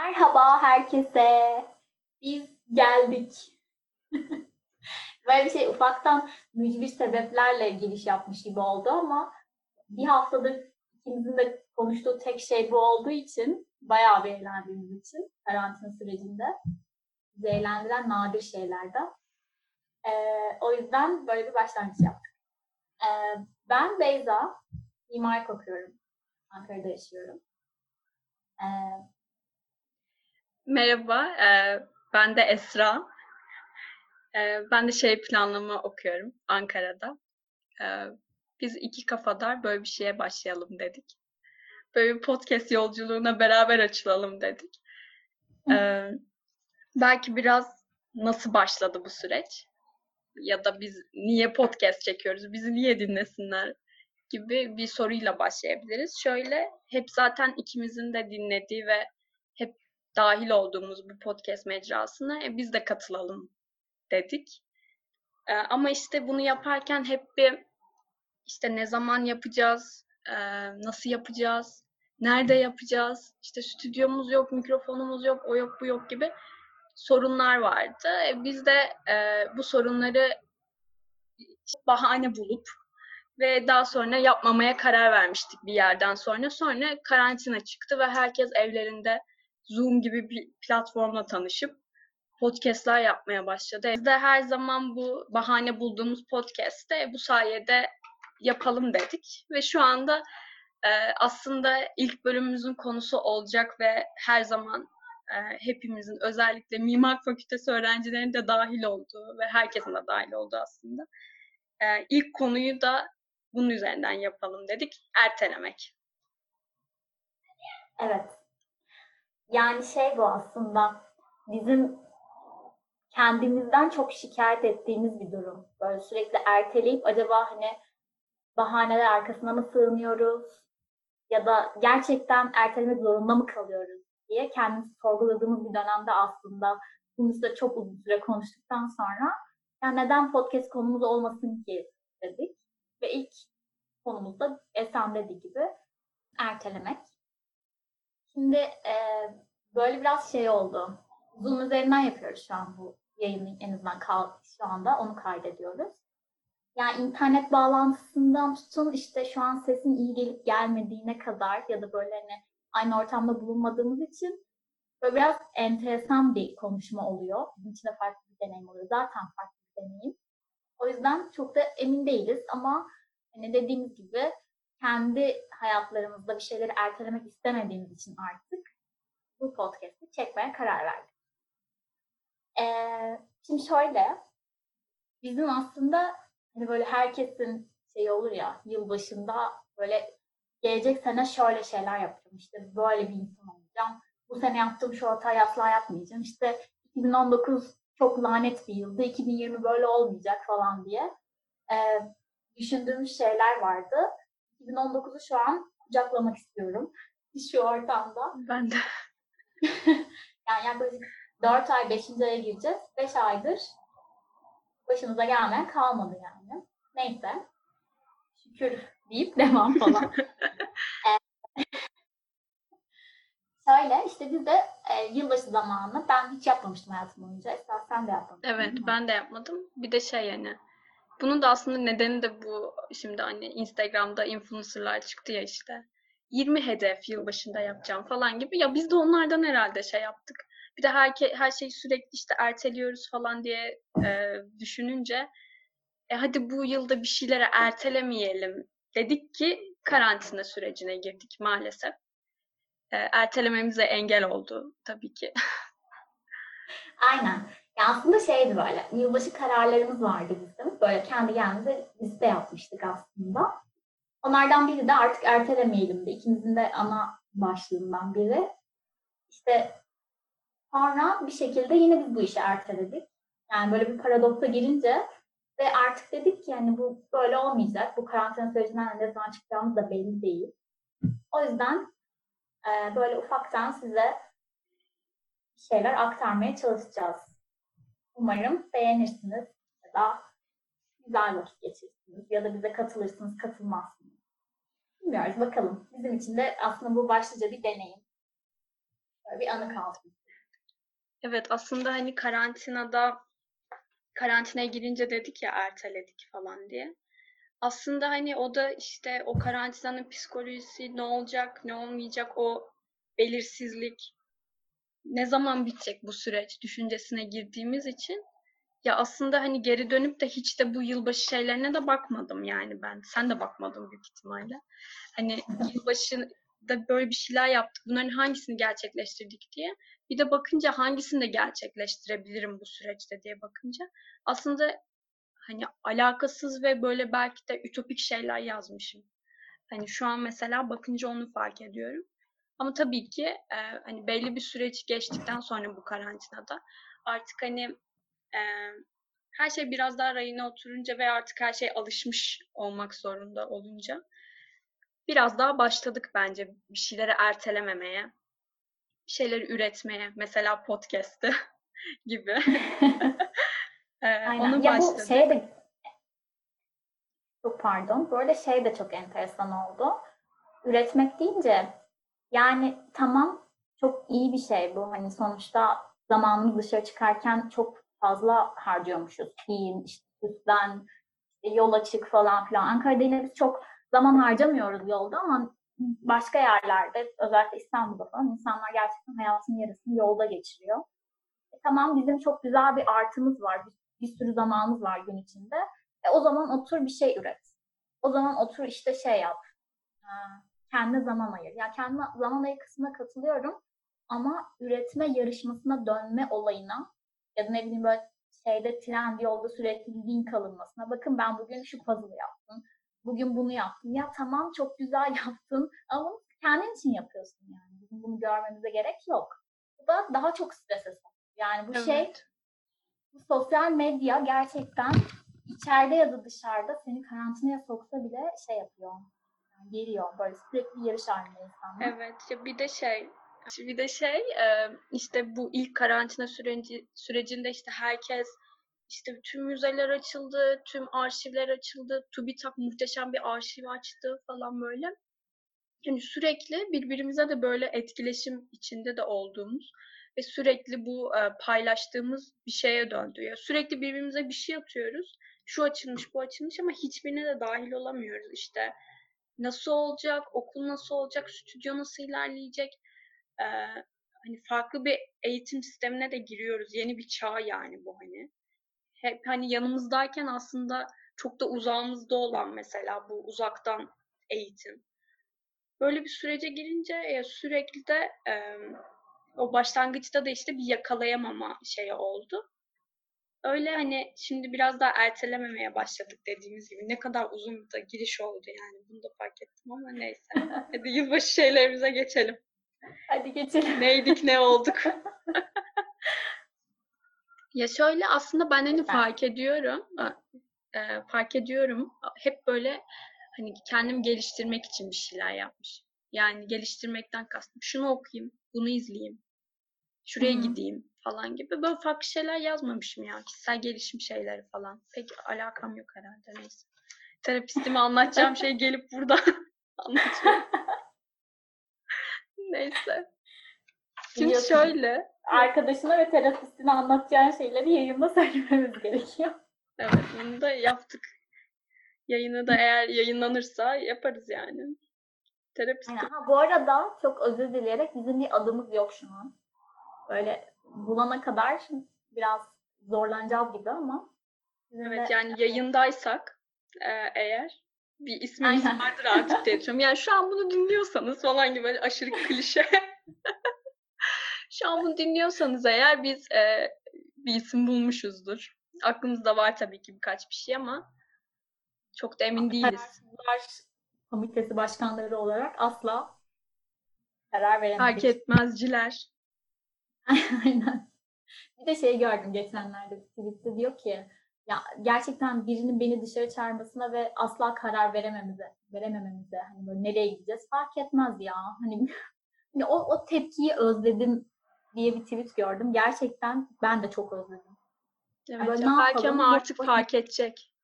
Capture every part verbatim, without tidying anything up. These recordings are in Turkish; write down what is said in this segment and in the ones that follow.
Merhaba herkese. Biz geldik. Böyle bir şey ufaktan mücbir sebeplerle giriş yapmış gibi oldu ama bir haftadır ikimizin de konuştuğu tek şey bu olduğu için bayağı bir eğlendiğimiz için karantina sürecinde bizi eğlendiren nadir şeylerden. Ee, o yüzden böyle bir başlangıç yaptık. Ee, ben Beyza, mimarlık okuyorum. Ankara'da yaşıyorum. Ee, Merhaba, eee, ben de Esra. Eee, ben de şey planlama okuyorum Ankara'da. Eee, Biz iki kafadar böyle bir şeye başlayalım dedik. Böyle bir podcast yolculuğuna beraber açılalım dedik. Eee, Belki biraz nasıl başladı bu süreç? Ya da biz niye podcast çekiyoruz? Bizi niye dinlesinler? Gibi bir soruyla başlayabiliriz. Şöyle, hep zaten ikimizin de dinlediği ve hep dahil olduğumuz bu podcast mecrasına e, biz de katılalım dedik. Ee, ama işte bunu yaparken hep bir işte ne zaman yapacağız, e, nasıl yapacağız, nerede yapacağız, işte stüdyomuz yok, mikrofonumuz yok, o yok, bu yok gibi sorunlar vardı. E, biz de e, bu sorunları bahane bulup ve daha sonra yapmamaya karar vermiştik bir yerden sonra. Sonra karantina çıktı ve herkes evlerinde Zoom gibi bir platformla tanışıp podcast'ler yapmaya başladı. Biz de her zaman bu bahane bulduğumuz podcast'te bu sayede yapalım dedik. Ve şu anda e, aslında ilk bölümümüzün konusu olacak ve her zaman e, hepimizin, özellikle Mimar Fakültesi öğrencilerinin de dahil olduğu ve herkesin de dahil olduğu aslında e, ilk konuyu da bunun üzerinden yapalım dedik. Ertelemek. evet. Yani şey bu aslında bizim kendimizden çok şikayet ettiğimiz bir durum. Böyle sürekli erteleyip acaba hani bahaneler arkasına mı sığınıyoruz ya da gerçekten ertelemek zorunda mı kalıyoruz diye kendimizi sorguladığımız bir dönemde aslında bunu üstüne çok uzun süre konuştuktan sonra yani neden podcast konumuz olmasın ki dedik. Ve ilk konumuz da Esen dediği gibi ertelemek. Şimdi e, böyle biraz şey oldu. Zoom üzerinden yapıyoruz şu an bu yayını en azından kal şu anda onu kaydediyoruz. Yani internet bağlantısından tutun işte şu an sesin iyi gelip gelmediğine kadar ya da böyle hani aynı ortamda bulunmadığımız için böyle biraz enteresan bir konuşma oluyor. Bizim için de farklı bir deneyim oluyor. Zaten farklı bir deneyim. O yüzden çok da emin değiliz ama hani dediğimiz gibi kendi hayatlarımızda bir şeyleri ertelemek istemediğimiz için artık bu podcast'i çekmeye karar verdik. Ee, şimdi şöyle, bizim aslında hani böyle herkesin şeyi olur ya, yılbaşında böyle gelecek sene şöyle şeyler yapacağım. İşte böyle bir insan olacağım. Bu sene yaptığım şu hatayı asla yapmayacağım. İşte iki bin on dokuz çok lanet bir yıldı. iki bin yirmi böyle olmayacak falan diye e, düşündüğümüz şeyler vardı. iki bin on dokuzu şu an kucaklamak istiyorum. Şu ortamda. Ben de. Yani yaklaşık dört ay beşinci aya gireceğiz. beş aydır başımıza gelmeyen kalmadı yani. Neyse. Şükür deyip devam falan. Ee, Şöyle işte biz de e, yılbaşı zamanı ben hiç yapmamıştım hayatım boyunca. Esra sen de yapmamıştın Evet, değil mi? ben de yapmadım. Bir de şey yani, bunun da aslında nedeni de bu. Şimdi hani Instagram'da influencer'lar çıktı ya işte. yirmi hedef yılbaşında yapacağım falan gibi. Ya biz de onlardan herhalde şey yaptık. Bir de her, her şeyi sürekli işte erteliyoruz falan diye e, düşününce e hadi bu yılda bir şeylere ertelemeyelim dedik ki karantina sürecine girdik maalesef. E, ertelememize engel oldu tabii ki. Aynen. Ya aslında şeydi böyle. Yılbaşı kararlarımız vardı bizim. Böyle kendi kendimize liste yapmıştık aslında. Onlardan biri de artık ertelemeyelim de. İkimizin de ana başlığından biri. İşte sonra bir şekilde yine biz bu işi erteledik. Yani böyle bir paradoksa girince ve artık dedik ki yani bu böyle olmayacak. Bu karantina sürecinden ne zaman çıkacağımız da belli değil. O yüzden e, böyle ufaktan size şeyler aktarmaya çalışacağız. Umarım beğenirsiniz ya da güzel vakit geçirirsiniz ya da bize katılırsınız, katılmazsınız. Bilmiyoruz bakalım. Bizim için de aslında bu başlıca bir deneyim. Böyle bir anı kalsın. Evet, aslında hani karantinada karantinaya girince dedik ya erteledik falan diye. Aslında hani o da işte o karantinanın psikolojisi ne olacak, ne olmayacak o belirsizlik, ne zaman bitecek bu süreç düşüncesine girdiğimiz için ya aslında hani geri dönüp de hiç de bu yılbaşı şeylerine de bakmadım yani ben. Sen de bakmadın büyük ihtimalle. Hani yılbaşında böyle bir şeyler yaptık. Bunların hangisini gerçekleştirdik diye. Bir de bakınca hangisini de gerçekleştirebilirim bu süreçte diye bakınca. Aslında hani alakasız ve böyle belki de ütopik şeyler yazmışım. Hani şu an mesela bakınca onu fark ediyorum. Ama tabii ki e, hani belli bir süreç geçtikten sonra bu karantinada artık hani e, her şey biraz daha rayına oturunca ve artık her şey alışmış olmak zorunda olunca biraz daha başladık bence bir şeyleri ertelememeye, bir şeyleri üretmeye. Mesela podcast'ı gibi. E, Aynen. onu Ya bu başladık. şeye de çok pardon. Böyle şey de çok enteresan oldu. Üretmek deyince yani tamam çok iyi bir şey bu. Hani sonuçta zamanımız dışarı çıkarken çok fazla harcıyormuşuz. Giyin, işte süslen, işte yola çık falan filan. Ankara'da yine biz çok zaman harcamıyoruz yolda ama başka yerlerde özellikle İstanbul'da falan insanlar gerçekten hayatının yarısını yolda geçiriyor. E, tamam bizim çok güzel bir artımız var. Bir, bir sürü zamanımız var gün içinde. E, o zaman otur bir şey üret. O zaman otur işte şey yap. E, kendine zaman ayır. Yani kendine zaman ayır kısmına katılıyorum. Ama üretme yarışmasına dönme olayına ya da ne bileyim böyle şeyde trend yolda sürekli link alınmasına. Bakın ben bugün şu puzzle yaptım. Bugün bunu yaptım. Ya tamam çok güzel yaptın ama bunu kendin için yapıyorsun yani. Bizim bunu görmemize gerek yok. Bu da daha çok strese sokuyor. Yani bu şey, Evet. bu sosyal medya gerçekten içeride ya da dışarıda seni karantinaya soksa bile şey yapıyor. Yani geliyor böyle sürekli yarış halinde insanlar. Evet. Ya bir de şey bir de şey e, işte bu ilk karantina süreci, sürecinde işte herkes işte tüm müzeler açıldı, tüm arşivler açıldı. TÜBİTAK muhteşem bir arşiv açtı falan böyle. Yani sürekli birbirimize de böyle etkileşim içinde de olduğumuz ve sürekli bu e, paylaştığımız bir şeye döndü. Ya sürekli birbirimize bir şey atıyoruz. Şu açılmış, bu açılmış ama hiçbirine de dahil olamıyoruz. İşte nasıl olacak, okul nasıl olacak, stüdyo nasıl ilerleyecek? Ee, hani farklı bir eğitim sistemine de giriyoruz. Yeni bir çağ yani bu hani. Hep hani yanımızdayken aslında çok da uzağımızda olan mesela bu uzaktan eğitim. Böyle bir sürece girince e, sürekli de e, o başlangıçta da işte bir yakalayamama şeyi oldu. Öyle hani şimdi biraz daha ertelememeye başladık dediğimiz gibi. Ne kadar uzun da giriş oldu yani. Bunu da fark ettim ama neyse. Hadi yılbaşı şeylerimize geçelim. Hadi geçelim. Neydik, ne olduk? Ya şöyle aslında ben hani Sen. fark ediyorum. e, fark ediyorum. Hep böyle hani kendimi geliştirmek için bir şeyler yapmış. Yani geliştirmekten kastım. Şunu okuyayım, bunu izleyeyim, Hı şuraya hı. gideyim falan gibi. Böyle farklı şeyler yazmamışım ya. Kişisel gelişim şeyleri falan. Pek alakam yok herhalde neyse. Terapistime anlatacağım şey gelip burada anlatıyorum. Neyse. Şimdi Biliyorsun şöyle. arkadaşına ve terapistine anlatacağın şeyleri yayında söylememiz gerekiyor. Evet bunu da yaptık. Yayını da eğer yayınlanırsa yaparız yani. Aynen. Terapistim. Ha, bu arada çok özür dileyerek bizim bir adımız yok şu an. Böyle bulana kadar biraz zorlanacağız gibi ama bizim Evet de yani yayındaysak e, eğer bir ismimiz aynen. vardır artık diye düşünüyorum. Yani şu an bunu dinliyorsanız falan gibi böyle aşırı klişe. Şu an bunu dinliyorsanız eğer biz e, bir isim bulmuşuzdur. Aklımızda var tabii ki birkaç bir şey ama çok da emin değiliz. Kararsızlar Komitesi başkanları olarak asla karar Fark veremedik. etmezciler. Aynen. Bir de şey gördüm geçenlerde bir tweette diyor ki ya gerçekten birinin beni dışarı çağırmasına ve asla karar verememize, veremememize hani böyle nereye gideceğiz fark etmez ya. Hani, hani o, o tepkiyi özledim diye bir tweet gördüm. Gerçekten ben de çok özledim. Yani Evet böyle ya ne belki yapalım? ama Boş artık boş. fark edecek.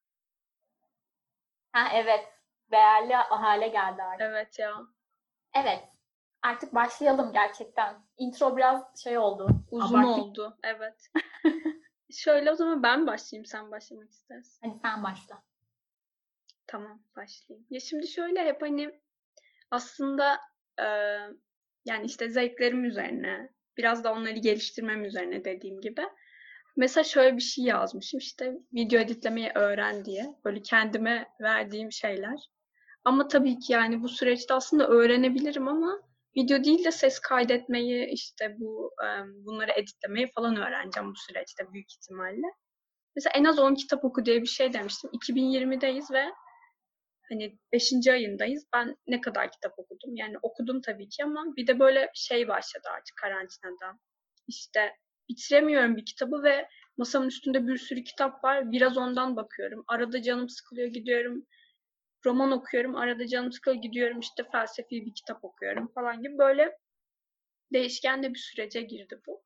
Ha, evet. Değerli hale geldi artık. Evet ya. Evet. Artık başlayalım gerçekten. Intro biraz şey oldu. Uzun Abarttık. oldu. Evet. Şöyle o zaman ben başlayayım, sen başlamak istersin. Hadi sen başla. Tamam, başlayayım. Ya şimdi şöyle hep hani aslında e, yani işte zevklerim üzerine, biraz da onları geliştirmem üzerine dediğim gibi. Mesela şöyle bir şey yazmışım işte video editlemeyi öğren diye. Böyle kendime verdiğim şeyler. Ama tabii ki yani bu süreçte aslında öğrenebilirim ama video değil de ses kaydetmeyi işte bu e, bunları editlemeyi falan öğreneceğim bu süreçte büyük ihtimalle. Mesela en az on kitap oku diye bir şey demiştim. iki bin yirmideyiz ve hani beşinci ayındayız. Ben ne kadar kitap okudum? Yani okudum tabii ki ama bir de böyle şey başladı artık karantinada. İşte bitiremiyorum bir kitabı ve masamın üstünde bir sürü kitap var. Biraz ondan bakıyorum. Arada canım sıkılıyor gidiyorum. Roman okuyorum. Arada canım sıkılıyor gidiyorum işte felsefi bir kitap okuyorum falan gibi böyle değişken de bir sürece girdi bu.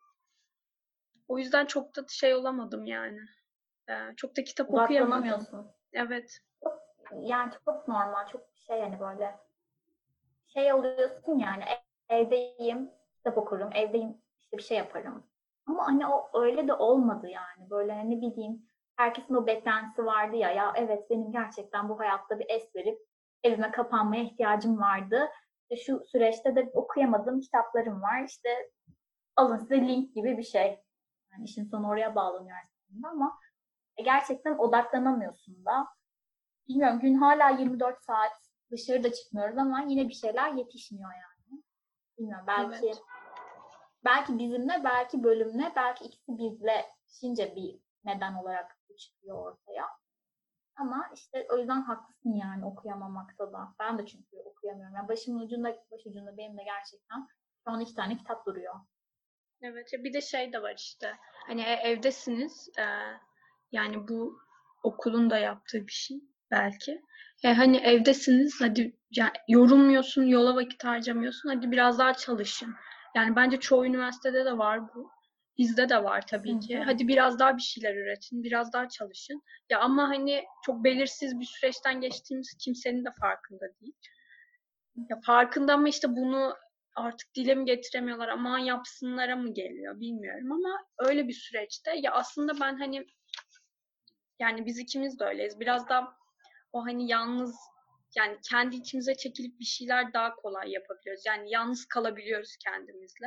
O yüzden çok da şey olamadım yani. Ee, çok da kitap okuyamadım. Odaklanamıyorsun. Evet. Çok, yani çok normal, çok şey hani böyle şey oluyorsun yani ev- evdeyim, kitap okurum, evdeyim işte bir şey yaparım. Ama hani o öyle de olmadı yani. Böyle ne bileyim herkesin o beklentisi vardı ya ya evet benim gerçekten bu hayatta bir es verip evime kapanmaya ihtiyacım vardı. İşte şu süreçte de okuyamadığım kitaplarım var. İşte alın size link gibi bir şey. Yani işin sonu oraya bağlanıyor aslında ama gerçekten odaklanamıyorsun da. Bilmiyorum gün hala yirmi dört saat dışarıda çıkmıyoruz ama yine bir şeyler yetişmiyor yani. Bilmiyorum belki Evet. belki bizimle belki bölümle belki ikisi birleşince bir neden olarak bu çıkıyor ortaya. Ama işte o yüzden haklısın yani okuyamamakta da. Ben de çünkü okuyamıyorum. Yani başımın ucunda, baş ucunda benim de gerçekten şu an iki tane kitap duruyor. Evet. Ya bir de şey de var işte. Hani e- evdesiniz. e, yani bu okulun da yaptığı bir şey belki. E, hani evdesiniz. Hadi ya, yorulmuyorsun, yola vakit harcamıyorsun. Hadi biraz daha çalışın. Yani bence çoğu üniversitede de var bu. Bizde de var tabii ki. Kesinlikle. Hadi biraz daha bir şeyler üretin, biraz daha çalışın. Ya ama hani çok belirsiz bir süreçten geçtiğimiz kimsenin de farkında değil. Ya farkında mı işte bunu artık dile mi getiremiyorlar, aman yapsınlara mı geliyor bilmiyorum ama öyle bir süreçte ya aslında ben hani yani biz ikimiz de öyleyiz. Biraz da o hani yalnız yani kendi içimize çekilip bir şeyler daha kolay yapabiliyoruz. Yani yalnız kalabiliyoruz kendimizle.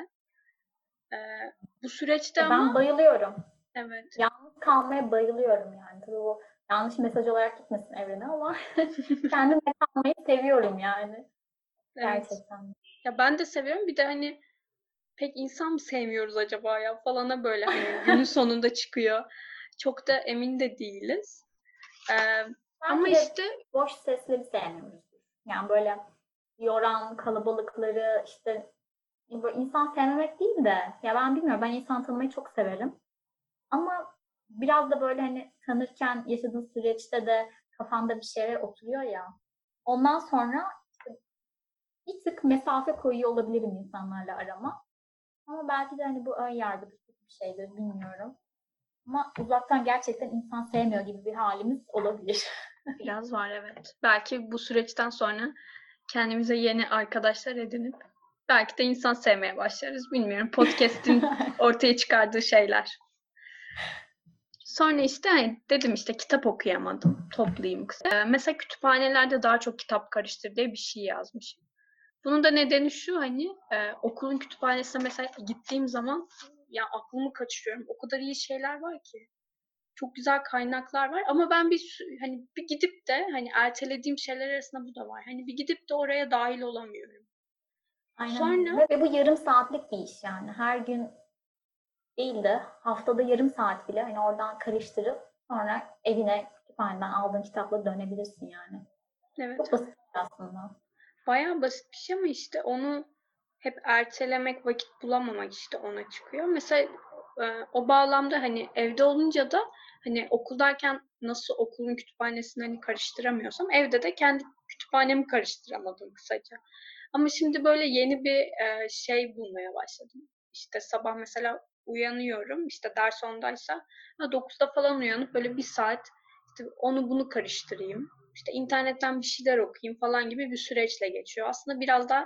Ee, bu süreçte Ya ben ama bayılıyorum. evet, Yalnız kalmaya bayılıyorum yani. Tabii bu yanlış mesaj olarak gitmesin evrene ama kendimle kalmayı seviyorum yani. evet. Gerçekten. Ya ben de seviyorum. Bir de hani pek insan mı sevmiyoruz acaba ya falana böyle hani günün sonunda çıkıyor. Çok da emin de değiliz. Ee, ama Belki de işte boş sesleri sevmiyoruzdur. Yani böyle yoran kalabalıkları işte böyle insan sevmemek değil de ya ben bilmiyorum ben insan tanımayı çok severim. Ama biraz da böyle hani tanırken yaşadığın süreçte de kafanda bir şeyler oturuyor ya. Ondan sonra işte bir tık mesafe koyuyor olabilirim insanlarla arama. Ama belki de hani bu ön yargı bir şeydir bilmiyorum. Ama uzaktan gerçekten insan sevmiyor gibi bir halimiz olabilir. biraz var evet. Belki bu süreçten sonra kendimize yeni arkadaşlar edinip belki de insan sevmeye başlarız. Bilmiyorum. Podcast'in ortaya çıkardığı şeyler. Sonra işte hani dedim işte kitap okuyamadım. Toplayayım kısa. Ee, mesela kütüphanelerde daha çok kitap karıştır diye bir şey yazmışım. Bunun da nedeni şu hani e, okulun kütüphanesine mesela gittiğim zaman ya aklımı kaçırıyorum. O kadar iyi şeyler var ki. Çok güzel kaynaklar var ama ben bir hani bir gidip de hani ertelediğim şeyler arasında bu da var. Hani bir gidip de oraya dahil olamıyorum. Aynen Sonra öyle. Ve bu yarım saatlik bir iş yani. Her gün değil de haftada yarım saat bile hani oradan karıştırıp sonra evine kütüphaneden aldığın kitapla dönebilirsin yani. evet Çok basit aslında. bayağı basit bir şey ama işte onu hep ertelemek, vakit bulamamak işte ona çıkıyor. Mesela e, o bağlamda hani evde olunca da hani okuldayken nasıl okulun kütüphanesini hani karıştıramıyorsam evde de kendi kütüphanemi karıştıramadım kısaca. Ama şimdi böyle yeni bir e, şey bulmaya başladım. İşte sabah mesela uyanıyorum. İşte ders ondaysa dokuzda falan uyanıp böyle bir saat işte onu bunu karıştırayım. İşte internetten bir şeyler okuyayım falan gibi bir süreçle geçiyor. Aslında biraz da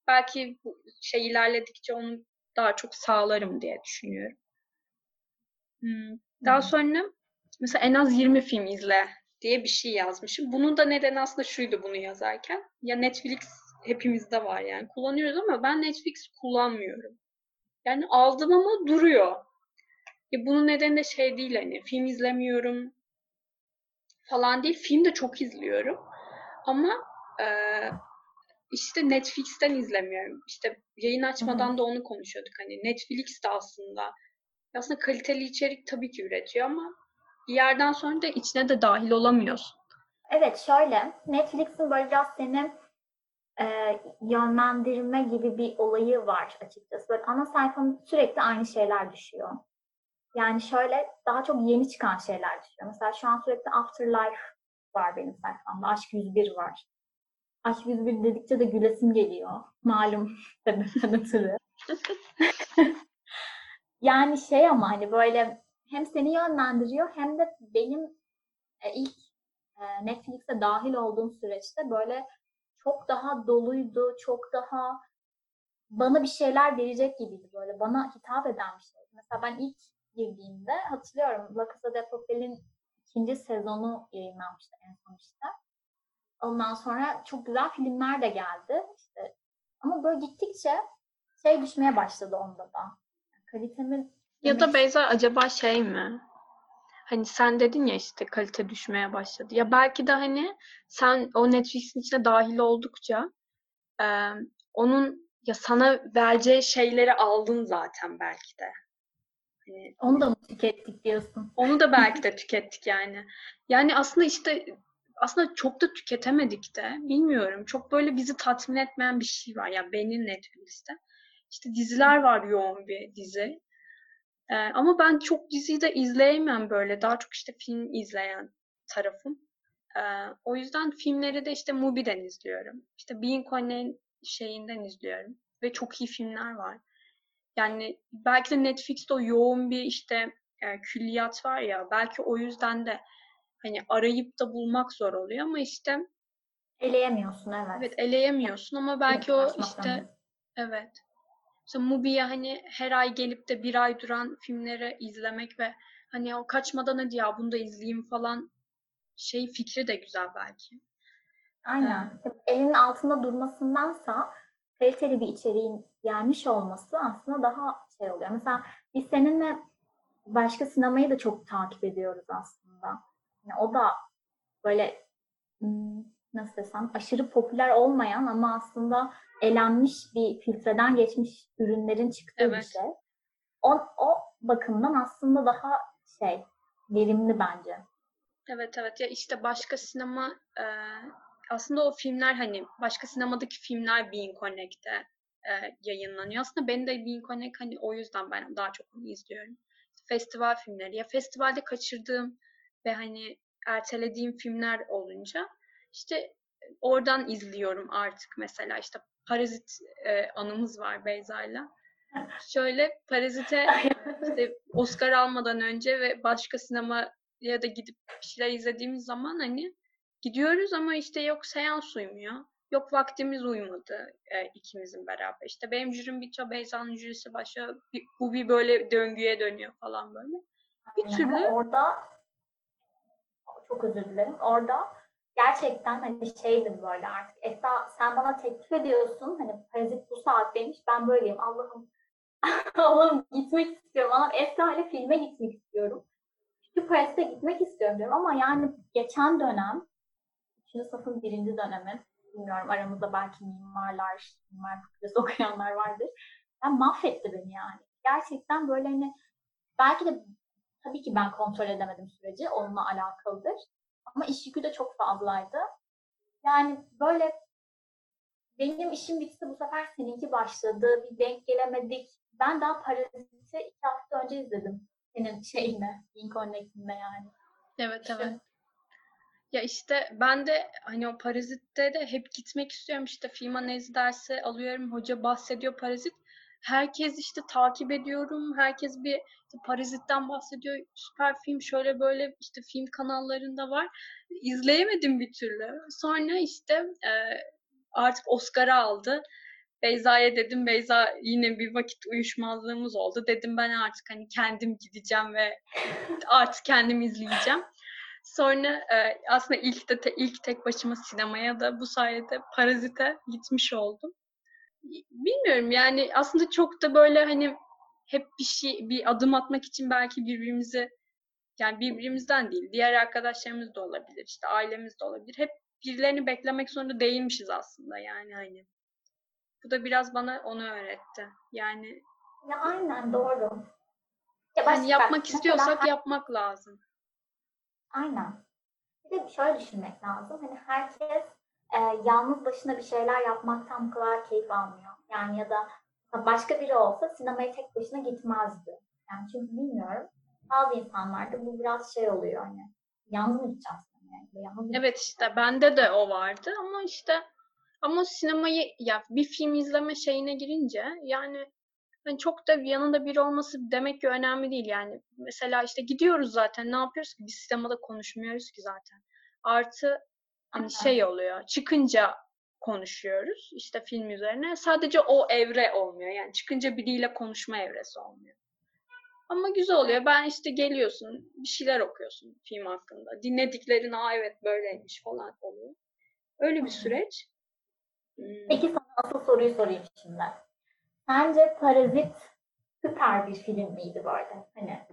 belki bu şey ilerledikçe onu daha çok sağlarım diye düşünüyorum. Hmm. Daha Hmm. sonra mesela en az yirmi film izle diye bir şey yazmışım. Bunun da nedeni aslında şuydu bunu yazarken. Ya Netflix hepimizde var yani kullanıyoruz ama ben Netflix kullanmıyorum. Yani aldım ama duruyor. Ya bunun nedeni de şey değil hani film izlemiyorum falan değil. Film de çok izliyorum. Ama e, işte Netflix'ten izlemiyorum. İşte yayın Hı hı. açmadan da onu konuşuyorduk. Hani Netflix de aslında aslında kaliteli içerik tabii ki üretiyor ama bir yerden sonra da içine de dahil olamıyorsun. Evet, şöyle Netflix'in böyle biraz seni e, yönlendirme gibi bir olayı var açıkçası. Böyle ana sayfamda sürekli aynı şeyler düşüyor. Yani şöyle daha çok yeni çıkan şeyler düşüyor. Mesela şu an sürekli Afterlife var benim sayfamda. Aşk yüz bir var. Aşk yüz bir dedikçe de gülesim geliyor. Malum sebepten ötürü. Yani şey ama hani böyle hem seni yönlendiriyor hem de benim e, ilk e, Netflix'e dahil olduğum süreçte böyle çok daha doluydu, çok daha bana bir şeyler verecek gibiydi böyle. Bana hitap eden bir şey. Mesela ben ilk girdiğimde hatırlıyorum La Casa de Papel'in ikinci sezonu yayınlanmıştı en son işte. Ondan sonra çok güzel filmler de geldi. İşte, ama böyle gittikçe şey düşmeye başladı onda da. Kalitemi Ya demek da istiyorum. Beyza acaba şey mi? Hani sen dedin ya işte kalite düşmeye başladı. Ya belki de hani sen o Netflix'in içine dahil oldukça e, onun ya sana vereceği şeyleri aldın zaten belki de. Hani Onu da mı tükettik diyorsun? onu da belki de tükettik yani. Yani aslında işte aslında çok da tüketemedik de bilmiyorum. Çok böyle bizi tatmin etmeyen bir şey var. Yani benim Netflix'te. İşte diziler var yoğun bir dizi. Ee, ama ben çok diziyi de izleyemem böyle. Daha çok işte film izleyen tarafım. Ee, o yüzden filmleri de işte Mubi'den izliyorum. İşte Being Connect'in şeyinden izliyorum. Ve çok iyi filmler var. Yani belki de Netflix'te o yoğun bir işte e, külliyat var ya belki o yüzden de hani arayıp da bulmak zor oluyor ama işte Eleyemiyorsun evet evet. eleyemiyorsun ama belki o Ulaşmak işte zorundasın. evet. İşte Mubi'ye hani her ay gelip de bir ay duran filmleri izlemek ve hani o kaçmadan hadi ya bunu da izleyeyim falan şey fikri de güzel belki. Ee, Aynen. Elinin altında durmasındansa kaliteli bir içeriğin gelmiş olması aslında daha şey oluyor. Mesela biz seninle başka sinemayı da çok takip ediyoruz aslında. Yani o da böyle hmm, nasıl desem aşırı popüler olmayan ama aslında elenmiş bir filtreden geçmiş ürünlerin çıktığı bir evet. şey. O, o bakımdan aslında daha şey verimli bence. Evet evet ya işte başka sinema e, aslında o filmler hani başka sinemadaki filmler Being Connect'te e, yayınlanıyor. Aslında benim de Being Connect hani o yüzden ben daha çok onu izliyorum. Festival filmleri ya festivalde kaçırdığım ve hani ertelediğim filmler olunca işte oradan izliyorum artık mesela işte Parazit e, anımız var Beyza'yla. Şöyle Parazit'e işte Oscar almadan önce ve başka sinemaya da gidip bir şeyler izlediğimiz zaman hani gidiyoruz ama işte yok seans uymuyor. Yok vaktimiz uymadı e, ikimizin beraber. İşte benim jürim bitiyor, Beyza'nın jürisi başlıyor. Bir- bu bir böyle döngüye dönüyor falan böyle. Bir Aynen. Ama türlü orada çok özür dilerim. Orada gerçekten hani şeydim böyle artık Esra sen bana teklif ediyorsun hani Parazit bu saatteymiş ben böyleyim Allah'ım Allah'ım gitmek istiyorum Allah'ım Esra ile filme gitmek istiyorum. Şu Parazit'e gitmek istiyorum diyorum ama yani geçen dönem üçüncü sınıfın birinci dönemi bilmiyorum aramızda belki mimarlar, mimar fakültesi okuyanlar vardır. Yani mahvetti beni yani. Gerçekten böyle hani belki de tabii ki ben kontrol edemedim süreci. Onunla alakalıdır. Ama iş yükü de çok fazlaydı. Yani böyle benim işim bitti bu sefer seninki başladı. Bir denk gelemedik. Ben daha Parazit'i iki hafta önce izledim. Senin şeyinle, Link Connect'inde yani. evet evet. Düşün. Ya işte ben de hani o Parazit'te de hep gitmek istiyorum. İşte film analizi dersi alıyorum. Hoca bahsediyor Parazit. Herkes işte takip ediyorum. Herkes bir işte Parazit'ten bahsediyor. Süper film şöyle böyle işte film kanallarında var. İzleyemedim bir türlü. Sonra işte e, artık Oscar'ı aldı. Beyza'ya dedim, Beyza yine bir vakit uyuşmazlığımız oldu. Dedim ben artık hani kendim gideceğim ve artık kendim izleyeceğim. Sonra e, aslında ilk de te, ilk tek başıma sinemaya da bu sayede Parazit'e gitmiş oldum. Bilmiyorum yani aslında çok da böyle hani hep bir şey bir adım atmak için belki birbirimizi yani birbirimizden değil diğer arkadaşlarımız da olabilir işte ailemiz de olabilir. Hep birilerini beklemek zorunda değilmişiz aslında yani hani. Bu da biraz bana onu öğretti. Yani Ya aynen doğru. Ya hani baş, bak yapmak mesela istiyorsak yapmak lazım. aynen. Bir de şöyle düşünmek lazım. Hani herkes e, yalnız başına bir şeyler yapmaktan bu kadar keyif almıyor. Yani ya da başka biri olsa sinemaya tek başına gitmezdi. Yani çünkü bilmiyorum. Bazı insanlarda bu biraz şey oluyor hani. Yalnız mı gideceğim sinemaya? Yalnız mı Evet gideceğim? işte bende de o vardı ama işte ama sinemayı ya bir film izleme şeyine girince yani hani çok da yanında biri olması demek ki önemli değil yani. Mesela işte gidiyoruz zaten ne yapıyoruz ki? Biz sinemada konuşmuyoruz ki zaten. Artı hani Aynen. şey oluyor. Çıkınca konuşuyoruz işte film üzerine. Sadece o evre olmuyor. Yani çıkınca biriyle konuşma evresi olmuyor. Ama güzel oluyor. Ben işte geliyorsun, bir şeyler okuyorsun film hakkında. Dinlediklerin, aa evet böyleymiş falan oluyor. Öyle Hı bir hı. süreç. Hmm. Peki sana asıl soruyu sorayım şimdi. Sence Parazit süper bir film miydi böyle? Hani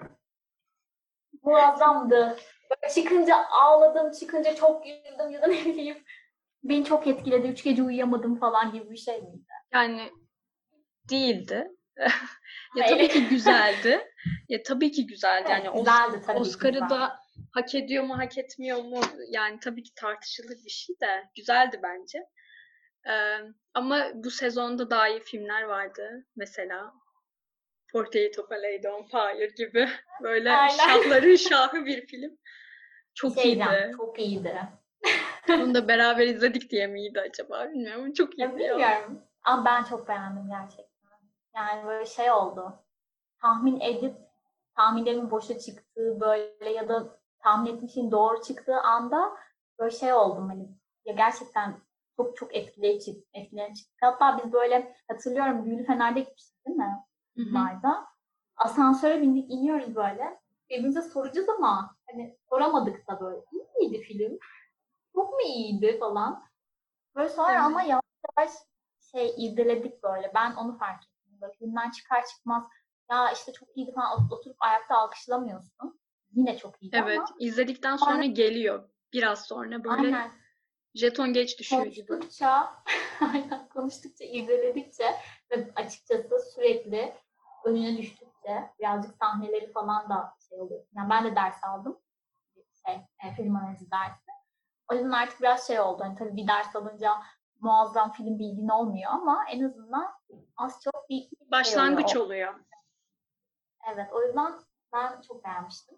muazzamdı. Böyle çıkınca ağladım, çıkınca çok güldüm ya da ne bileyim beni çok etkiledi. Üç gece uyuyamadım falan gibi bir şey miydi? Yani değildi. Ya tabii Hayır. ki güzeldi. Ya tabii ki güzeldi. Yani Evet, Os- güzeldi tabii ki Oscar'ı güzeldi. da hak ediyor mu, hak etmiyor mu? Yani tabii ki tartışılır bir şey de güzeldi bence. Ee, ama bu sezonda daha iyi filmler vardı. Mesela Forty-Eight of a Lady on Fire gibi böyle Aynen. şahların şahı bir film. Bir Çok şey diyeceğim. iyiydi. Çok iyiydi. Onu da beraber izledik diye miydi acaba? Bilmiyorum. Çok Ya iyiydi ya. bilmiyorum. Ama ben çok beğendim gerçekten. Yani böyle şey oldu. Tahmin edip tahminlerimin boşa çıktığı böyle ya da tahmin ettiğim şeyin doğru çıktığı anda böyle şey oldum hani ya gerçekten çok çok etkileyici, etkileyici çıktı. Hatta biz böyle hatırlıyorum Büyülü Fener'de gitmiştik değil mi? Hı hı. Yıllarda. Asansöre bindik iniyoruz böyle. Birbirimize soracağız ama hani soramadık da böyle. İyi miydi film? Çok mu iyiydi falan. Böyle sonra ama Evet. yavaş yavaş şey irdeledik böyle. Ben onu fark ettim. Böyle filmden çıkar çıkmaz ya işte çok iyiydi falan oturup ayakta alkışlamıyorsun. Yine çok iyiydi Evet. ama İzledikten sonra sonra geliyor. Biraz sonra böyle aynen jeton geç düşüyor gibi. konuştukça aynen konuştukça irdeledikçe ve açıkçası sürekli önüne düştükçe birazcık sahneleri falan da şey oluyor. Yani ben de ders aldım. Şey, e, film analizi dersi. O yüzden artık biraz şey oldu. Hani tabii bir ders alınca muazzam film bilgin olmuyor ama en azından az çok bir şey oluyor. Başlangıç O, oluyor. evet o yüzden ben çok beğenmiştim.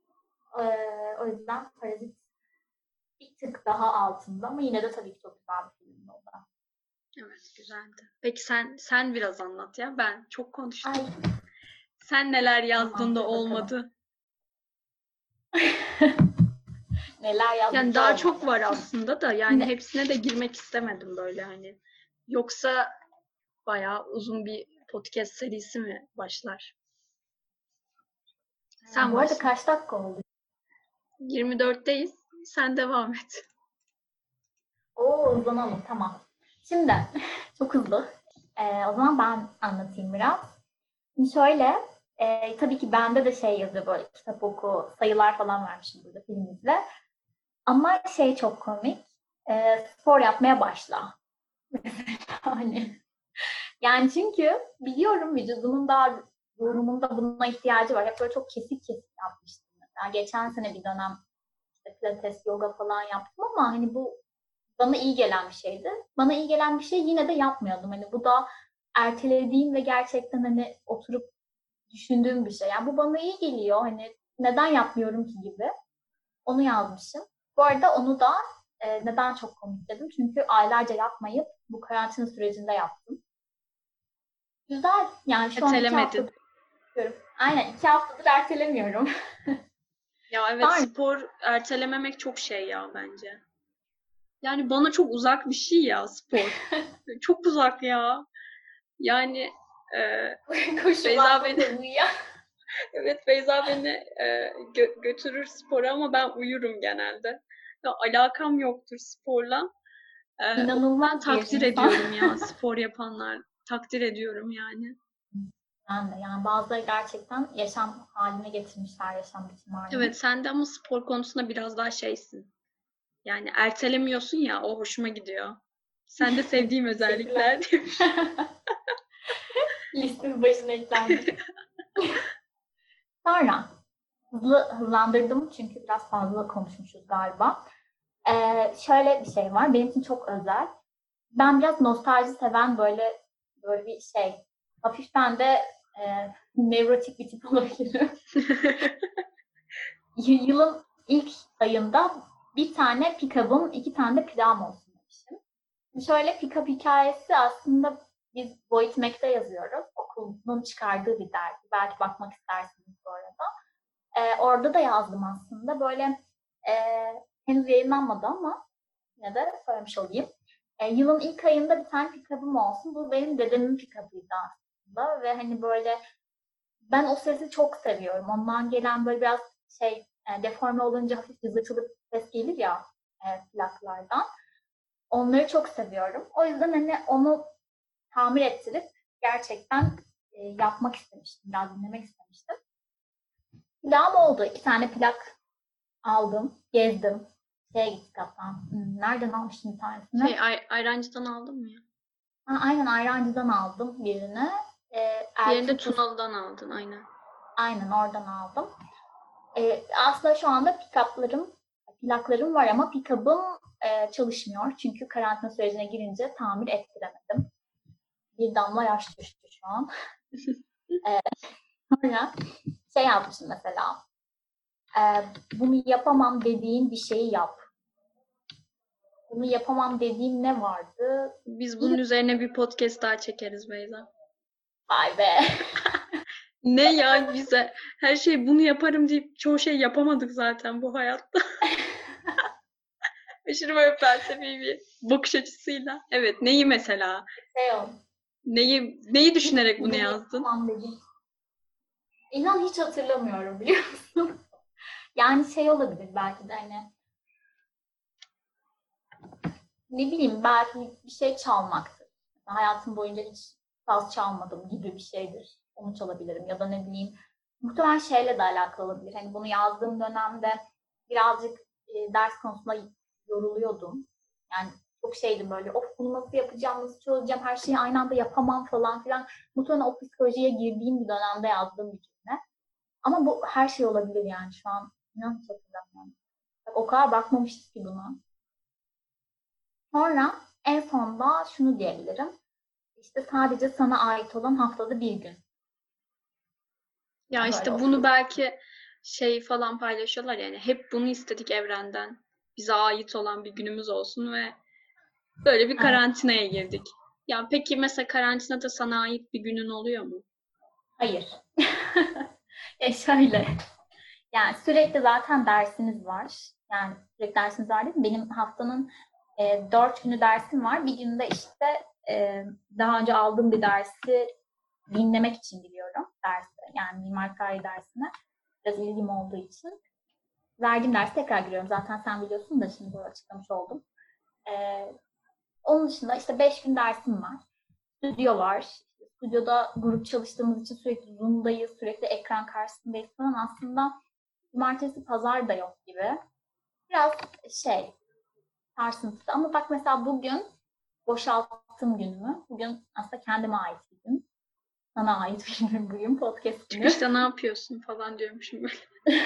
Ee, o yüzden Parazit bir tık daha altında ama yine de tabii ki çok güzel bir film oldu. Evet, güzeldi. Peki sen sen biraz anlat ya. Ben çok konuştum. Ay Sen neler yazdın tamam da dur bakalım. olmadı? Neler yazdım Yani ki daha çok olmadı. var aslında da yani Şimdi hepsine de girmek istemedim böyle hani. Yoksa bayağı uzun bir podcast serisi mi başlar? e, Sen bu arada başla. kaç dakika oldu? yirmi dörtteyiz. Sen devam et. Oo uzanalım tamam. Şimdi çok hızlı. Ee, o zaman ben anlatayım biraz. Şimdi şöyle, e, tabii ki bende de şey yazıyor böyle kitap oku, sayılar falan vermişim burada filmimizde. Ama şey çok komik, e, spor yapmaya başla. Hani, yani çünkü biliyorum vücudumun da ruhumun da buna ihtiyacı var. Hep böyle çok kesik kesik yapmıştım mesela. Geçen sene bir dönem işte pilates, yoga falan yaptım ama hani bu bana iyi gelen bir şeydi. Bana iyi gelen bir şey yine de yapmıyordum. Hani bu da ertelediğim ve gerçekten hani oturup düşündüğüm bir şey. Yani bu bana iyi geliyor. Hani neden yapmıyorum ki gibi. Onu yazmışım. Bu arada onu da e, neden çok komik dedim. Çünkü aylarca yapmayıp bu karantina sürecinde yaptım. Güzel. Yani şu an iki Etelemedin. haftadır yapıyorum. Aynen iki haftadır ertelemiyorum. Ya evet Var mı? spor ertelememek çok şey ya bence. Yani bana çok uzak bir şey ya spor. Çok uzak ya. Yani e, Koşu Beyza bandı beni uyuyor. evet Beyza beni e, gö- götürür spora ama ben uyurum genelde. Ya, alakam yoktur sporla. E, o yüzden İnanılmaz bir takdir insan. ediyorum ya spor yapanlar. Takdir ediyorum yani. Ben de yani bazıları gerçekten yaşam haline getirmişler yaşam biçim haline. Evet sen de ama spor konusunda biraz daha şeysin. Yani ertelemiyorsun ya o hoşuma gidiyor. Sen de sevdiğim Teşekkürler. özellikler demiş. Listenin başına eklendi. Sonra hızlı hızlandırdım çünkü biraz fazla konuşmuşuz galiba. Ee, şöyle bir şey var. Benim için çok özel. Ben biraz nostalji seven böyle böyle bir şey. Hafiften de e, nevrotik bir tip olabilirim. Y- Yılın ilk ayında bir tane pick-up'ım, iki tane de plağım olsun demişim. Şöyle pick-up hikayesi aslında biz Boyut Mac'te yazıyoruz. Okulun çıkardığı bir dergi. Belki bakmak istersiniz bu arada. Ee, orada da yazdım aslında. Böyle e, henüz yayınlanmadı ama yine de söylemiş olayım. E, yılın ilk ayında bir tane pick-up'ım olsun. Bu benim dedemin pick-up'ıydı aslında. Ve hani böyle ben o sesi çok seviyorum. Ondan gelen böyle biraz şey e, deforme olunca hafif cızırtılı ses gelir ya e, plaklardan. Onları çok seviyorum. O yüzden hani onu tamir ettirip gerçekten e, yapmak istemiştim. Biraz dinlemek istemiştim. Plağım oldu. İki tane plak aldım. Gezdim. Şeye gittik hatta. Hmm, nereden almıştım bir tanesini? Şey ay- ayrancıdan aldın mı ya? Ha, aynen Ayrancı'dan aldım birini. E, Diğerini de Ertuğrul, Tunalı'dan aldın aynen. aynen oradan aldım. E, aslında şu anda pick-up'larım, plaklarım var ama pick-up'ım e, çalışmıyor. Çünkü karantina sürecine girince tamir ettiremedim. Bir damla yaş düştü şu an. E, sonra şey yapmışım mesela. E, bunu yapamam dediğin bir şeyi yap. Bunu yapamam dediğim ne vardı? Biz bunun Bir üzerine bir podcast daha çekeriz Beyza. vay be. Ne ya bize her şey bunu yaparım deyip çoğu şey yapamadık zaten bu hayatta. Aşırı böyle felsefi bir bakış açısıyla. Evet neyi mesela? Şey oldu. Neyi neyi Hiç düşünerek bunu bunu yazdın? yapamam dediğim. İnan hiç hatırlamıyorum biliyor musun? Yani şey olabilir belki de hani ne bileyim belki bir şey çalmaktır. Hayatım boyunca hiç saz çalmadım gibi bir şeydir. Onu çalabilirim ya da ne bileyim. Muhtemelen şeyle de alakalı olabilir. Hani bunu yazdığım dönemde birazcık e, ders konusunda yoruluyordum. Yani çok şeydim böyle of bunu nasıl yapacağım, nasıl çözeceğim, her şeyi aynı anda yapamam falan filan. Muhtemelen o psikolojiye girdiğim bir dönemde yazdığım bir cümle. Ama bu her şey olabilir yani şu an. İnan hiç hatırlamıyorum. Bak, o kadar bakmamışız ki buna. Sonra en sonda şunu diyebilirim. İşte sadece sana ait olan haftada bir gün. Ya Böyle işte bunu oturup. belki şey falan paylaşıyorlar yani hep bunu istedik evrenden. Bize ait olan bir günümüz olsun ve böyle bir Evet. karantinaya girdik. Ya peki mesela karantinada sana ait bir günün oluyor mu? Hayır. e şöyle. Yani sürekli zaten dersiniz var. Yani sürekli dersiniz var değil mi? Benim haftanın e, dört günü dersim var. Bir günde işte e, daha önce aldığım bir dersi dinlemek için gidiyorum derse. Yani mimarikari dersine. Biraz ilgim olduğu için. Verdiğim dersi tekrar giriyorum. Zaten sen biliyorsun da şimdi böyle açıklamış oldum. Ee, onun dışında işte beş gün dersim var. Stüdyo var. İşte stüdyoda grup çalıştığımız için sürekli Zoom'dayız, sürekli ekran karşısındayız falan. Aslında cumartesi, pazar da yok gibi. Biraz şey, sarsıntısı. Ama bak mesela bugün boşalttım günümü. Bugün aslında kendime ait bir gün. Sana ait bir gün bugün podcast günü. Çıkışta ne yapıyorsun falan diyormuşum böyle.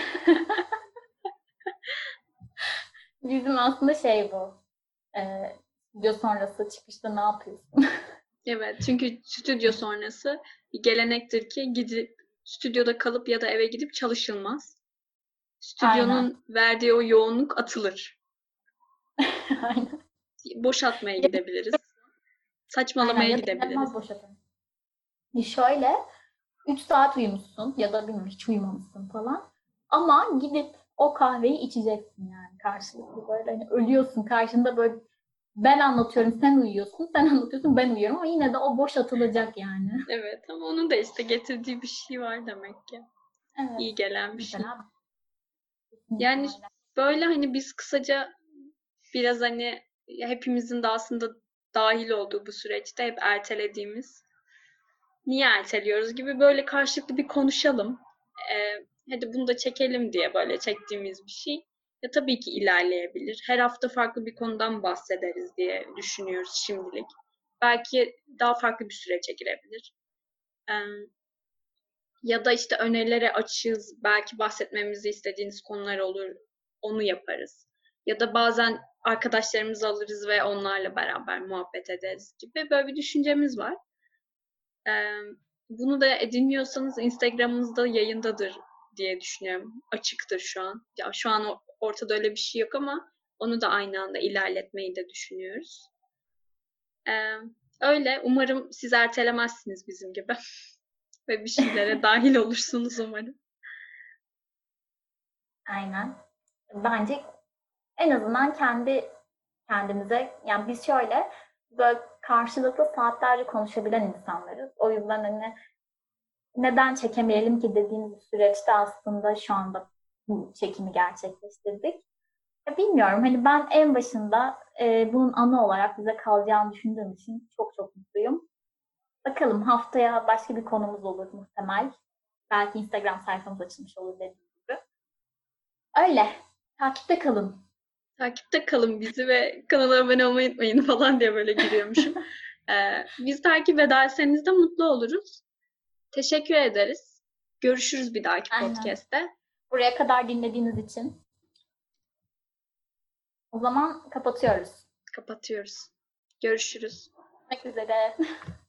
Bizim aslında şey bu. E, stüdyo sonrası çıkışta ne yapıyorsun? Evet, çünkü stüdyo sonrası bir gelenektir ki gidip stüdyoda kalıp ya da eve gidip çalışılmaz. Aynen. Stüdyonun verdiği o yoğunluk atılır. Aynen. Boşaltmaya gidebiliriz. Aynen Saçmalamaya ya da gidebiliriz. inanılmaz boş atarım. Şöyle üç saat uyumuşsun ya da bilmiyorum hiç uyumamışsın falan. Ama gidip o kahveyi içeceksin yani karşılıklı böyle hani ölüyorsun karşında böyle ben anlatıyorum, sen uyuyorsun, sen anlatıyorsun, ben uyuyorum ama yine de o boş atılacak yani. Evet ama onun da işte getirdiği bir şey var demek ki. Evet. İyi gelen bir şey. Mesela kesinlikle Yani öyle. böyle hani biz kısaca biraz hani hepimizin de aslında dahil olduğu bu süreçte hep ertelediğimiz, niye erteliyoruz gibi böyle karşılıklı bir konuşalım. Ee, hadi bunu da çekelim diye böyle çektiğimiz bir şey. Ya tabii ki ilerleyebilir. Her hafta farklı bir konudan bahsederiz diye düşünüyoruz şimdilik. Belki daha farklı bir sürece girebilir. Ee, ya da işte önerilere açığız. Belki bahsetmemizi istediğiniz konular olur. Onu yaparız. Ya da bazen arkadaşlarımızı alırız ve onlarla beraber muhabbet ederiz gibi böyle bir düşüncemiz var. Ee, bunu da edinmiyorsanız Instagram'ımızda yayındadır diye düşünüyorum. Açıktır şu an. Ya şu an ortada öyle bir şey yok ama onu da aynı anda ilerletmeyi de düşünüyoruz. Ee, öyle. Umarım siz ertelemezsiniz bizim gibi ve bir şeylere dahil olursunuz umarım. Aynen. Bence en azından kendi kendimize, yani biz şöyle böyle karşılıklı saatlerce konuşabilen insanlarız. O yüzden hani neden çekemeyelim ki dediğimiz bir süreçte aslında şu anda bu çekimi gerçekleştirdik. Ya bilmiyorum, hani ben en başında e, bunun anı olarak bize kalacağını düşündüğüm için çok çok mutluyum. Bakalım, haftaya başka bir konumuz olur muhtemel. Belki Instagram sayfamız açılmış olur dediğim gibi. Öyle. Takipte kalın. Takipte kalın bizi ve kanala abone olmayı unutmayın falan diye böyle giriyormuşum. Ee, bizi takip ederseniz de mutlu oluruz. Teşekkür ederiz. Görüşürüz bir dahaki Aynen. podcast'te. Buraya kadar dinlediğiniz için. O zaman kapatıyoruz. Kapatıyoruz. Görüşürüz. Görüşmek üzere.